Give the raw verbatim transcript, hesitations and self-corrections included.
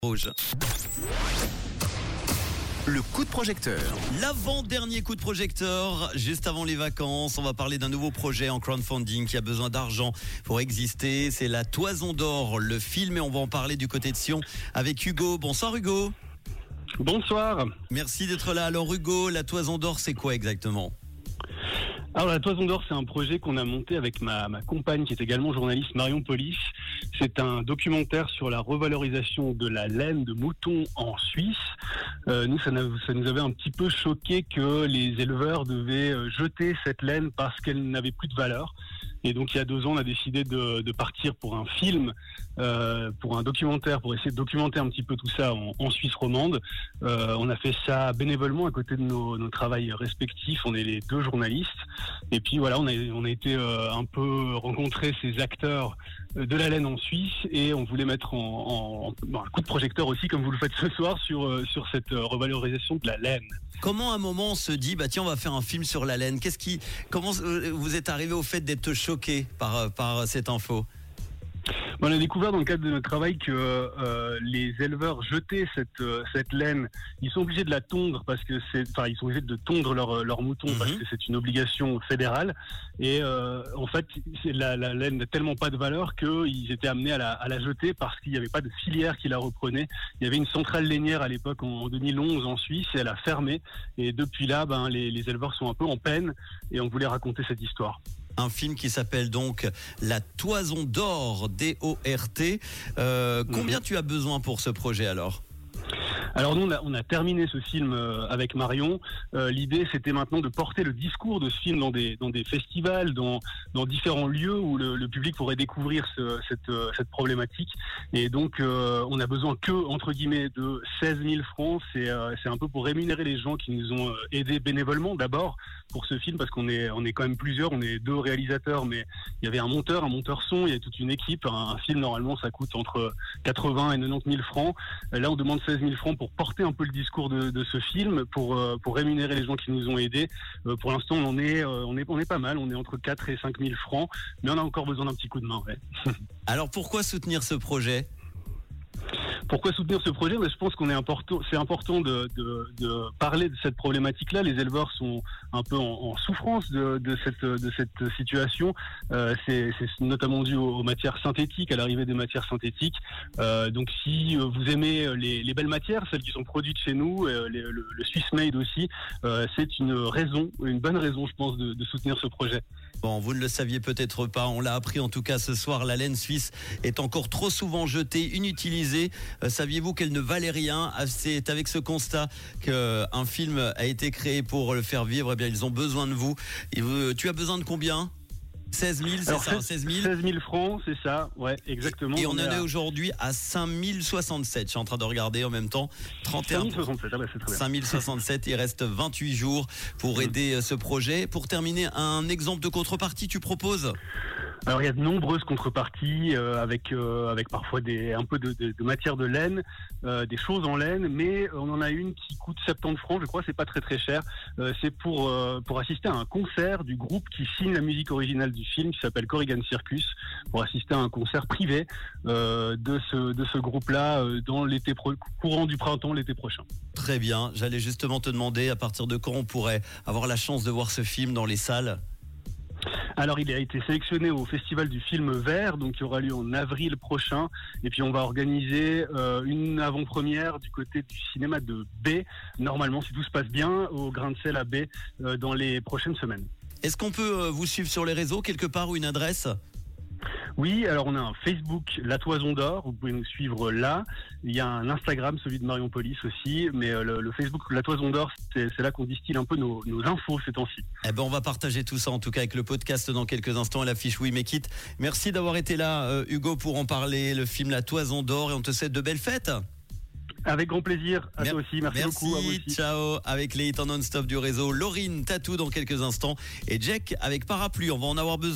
Rouge. Le coup de projecteur. L'avant-dernier coup de projecteur, juste avant les vacances, on va parler d'un nouveau projet en crowdfunding qui a besoin d'argent pour exister. C'est La Toison d'Or, le film, et on va en parler du côté de Sion avec Hugo. Bonsoir Hugo. Bonsoir. Merci d'être là. Alors Hugo, La Toison d'Or, c'est quoi exactement ? Alors La Toison d'Or, c'est un projet qu'on a monté avec ma, ma compagne qui est également journaliste, Marion Polis. C'est un documentaire sur la revalorisation de la laine de mouton en Suisse. Euh, nous, ça, ça nous avait un petit peu choqué que les éleveurs devaient jeter cette laine parce qu'elle n'avait plus de valeur. Et donc il y a deux ans, on a décidé de, de partir pour un film, euh, pour un documentaire, pour essayer de documenter un petit peu tout ça en, en Suisse romande. Euh, on a fait ça bénévolement à côté de nos, nos travails respectifs. On est les deux journalistes. Et puis voilà, on a, on a été euh, un peu rencontrer ces acteurs de la laine en Suisse et on voulait mettre en, en, en un coup de projecteur aussi, comme vous le faites ce soir, sur, euh, sur cette revalorisation de la laine. Comment à un moment on se dit, bah tiens, on va faire un film sur la laine. Qu'est-ce qui, comment vous êtes arrivé au fait d'être choqué par, par cette info ? On a découvert dans le cadre de notre travail que euh, les éleveurs jetaient cette euh, cette laine. Ils sont obligés de la tondre parce que c'est, enfin ils sont obligés de tondre leurs leurs moutons mmh. parce que c'est une obligation fédérale. Et euh, en fait, c'est la, la laine n'a tellement pas de valeur qu'ils étaient amenés à la, à la jeter parce qu'il n'y avait pas de filière qui la reprenait. Il y avait une centrale lainière à l'époque en deux mille onze en Suisse et elle a fermé. Et depuis là, ben les, les éleveurs sont un peu en peine et on voulait raconter cette histoire. Un film qui s'appelle donc La Toison d'Or, D O R T. Euh, combien mmh. tu as besoin pour ce projet alors ? Alors nous, on a, on a terminé ce film euh, avec Marion. Euh, l'idée, c'était maintenant de porter le discours de ce film dans des, dans des festivals, dans, dans différents lieux où le, le public pourrait découvrir ce, cette, euh, cette problématique. Et donc, euh, on a besoin que, entre guillemets, de seize mille francs. C'est, euh, c'est un peu pour rémunérer les gens qui nous ont aidés bénévolement, d'abord, pour ce film, parce qu'on est, on est quand même plusieurs. On est deux réalisateurs, mais il y avait un monteur, un monteur son, il y a toute une équipe. Un, un film, normalement, ça coûte entre quatre-vingts et quatre-vingt-dix mille francs. Là, on demande seize mille francs pour porter un peu le discours de, de ce film, pour euh, pour rémunérer les gens qui nous ont aidés. Euh, pour l'instant, on en est euh, on est on est pas mal, on est entre quatre et cinq mille francs, mais on a encore besoin d'un petit coup de main. Ouais. Alors pourquoi soutenir ce projet ? Pourquoi soutenir ce projet ? Mais je pense qu'on est important, c'est important de, de, de parler de cette problématique-là. Les éleveurs sont un peu en, en souffrance de, de cette de cette situation. Euh, c'est, c'est notamment dû aux, aux matières synthétiques, à l'arrivée des matières synthétiques. Euh, donc, si vous aimez les, les belles matières, celles qui sont produites chez nous, euh, les, le, le Swiss Made aussi, euh, c'est une raison, une bonne raison, je pense, de, de soutenir ce projet. Bon, vous ne le saviez peut-être pas, on l'a appris en tout cas ce soir, la laine suisse est encore trop souvent jetée, inutilisée. Euh, saviez-vous qu'elle ne valait rien ? C'est avec ce constat qu'un film a été créé pour le faire vivre. Eh bien, ils ont besoin de vous. Et vous tu as besoin de combien ? seize mille, c'est Alors, ça, seize mille seize mille francs, c'est ça, ouais, exactement. Et on, on en est à... aujourd'hui à cinq mille soixante-sept. Je suis en train de regarder en même temps. trente et un cinq mille soixante-sept, ah bah c'est très bien. cinq mille soixante-sept, il reste vingt-huit jours pour aider ce projet. Pour terminer, un exemple de contrepartie, tu proposes ? Alors il y a de nombreuses contreparties euh, avec euh, avec parfois des un peu de, de, de matière de laine, euh, des choses en laine, mais on en a une qui coûte soixante-dix francs, je crois, c'est pas très très cher. Euh, c'est pour euh, pour assister à un concert du groupe qui signe la musique originale du film, qui s'appelle Corrigan Circus, pour assister à un concert privé euh, de ce de ce groupe-là euh, dans l'été pro- courant du printemps l'été prochain. Très bien, j'allais justement te demander à partir de quand on pourrait avoir la chance de voir ce film dans les salles. Alors, il a été sélectionné au Festival du film vert, donc qui aura lieu en avril prochain. Et puis, on va organiser euh, une avant-première du côté du cinéma de B, normalement, si tout se passe bien, au Grain de Sel à B, euh, dans les prochaines semaines. Est-ce qu'on peut vous suivre sur les réseaux, quelque part, ou une adresse ? Oui, alors on a un Facebook, La Toison d'Or, vous pouvez nous suivre là. Il y a un Instagram, celui de Marion Polis aussi, mais le, le Facebook, La Toison d'Or, c'est, c'est là qu'on distille un peu nos, nos infos ces temps-ci. Eh ben, on va partager tout ça, en tout cas, avec le podcast dans quelques instants, à l'affiche We Make It. Merci d'avoir été là, euh, Hugo, pour en parler, le film La Toison d'Or, et on te souhaite de belles fêtes. Avec grand plaisir, à Mer- toi aussi, merci, merci beaucoup. À vous aussi. Ciao, avec les hits en non-stop du réseau, Laurine Tatou dans quelques instants, et Jack avec Parapluie, on va en avoir besoin.